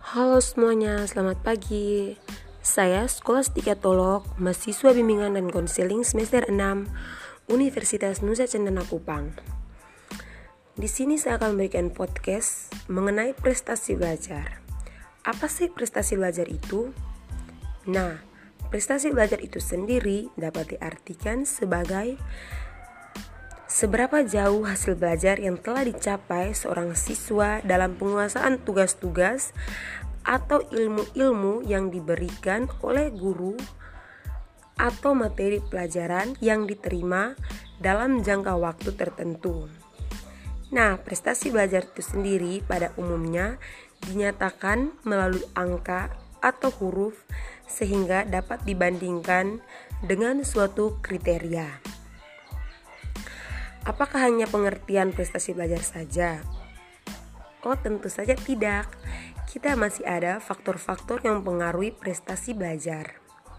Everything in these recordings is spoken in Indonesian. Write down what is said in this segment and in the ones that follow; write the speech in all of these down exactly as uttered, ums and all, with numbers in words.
Halo semuanya, selamat pagi. Saya Skolastika Tolok, mahasiswa bimbingan dan konseling semester enam Universitas Nusa Cendana Kupang. Di sini saya akan memberikan podcast mengenai prestasi belajar. Apa sih prestasi belajar itu? Nah, prestasi belajar itu sendiri dapat diartikan sebagai seberapa jauh hasil belajar yang telah dicapai seorang siswa dalam penguasaan tugas-tugas atau ilmu-ilmu yang diberikan oleh guru atau materi pelajaran yang diterima dalam jangka waktu tertentu. Nah, prestasi belajar itu sendiri pada umumnya dinyatakan melalui angka atau huruf sehingga dapat dibandingkan dengan suatu kriteria. Apakah hanya pengertian prestasi belajar saja? Oh, tentu saja tidak. Kita masih ada faktor-faktor yang mempengaruhi prestasi belajar.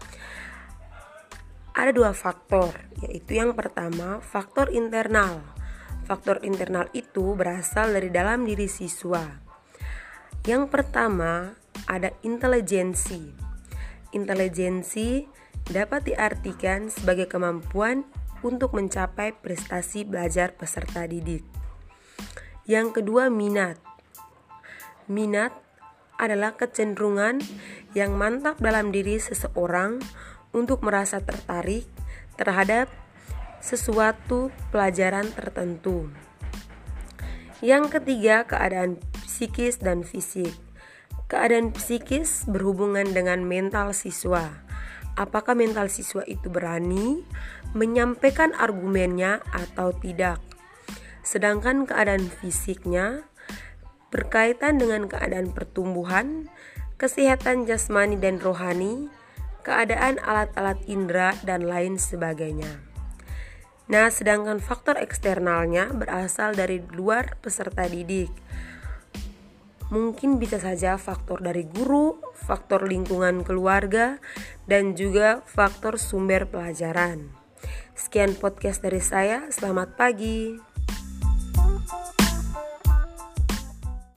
Ada dua faktor, yaitu yang pertama, faktor internal. Faktor internal itu berasal dari dalam diri siswa. Yang pertama, ada intelijensi. Intelijensi dapat diartikan sebagai kemampuan untuk mencapai prestasi belajar peserta didik. Yang kedua, minat. Minat adalah kecenderungan yang mantap dalam diri seseorang untuk merasa tertarik terhadap sesuatu pelajaran tertentu. Yang ketiga, keadaan psikis dan fisik. Keadaan psikis berhubungan dengan mental siswa. Apakah mental siswa itu berani menyampaikan argumennya atau tidak? Sedangkan keadaan fisiknya berkaitan dengan keadaan pertumbuhan, kesehatan jasmani dan rohani, keadaan alat-alat indera, dan lain sebagainya. Nah, sedangkan faktor eksternalnya berasal dari luar peserta didik. Mungkin bisa saja faktor dari guru, faktor lingkungan keluarga, dan juga faktor sumber pelajaran. Sekian podcast dari saya, selamat pagi.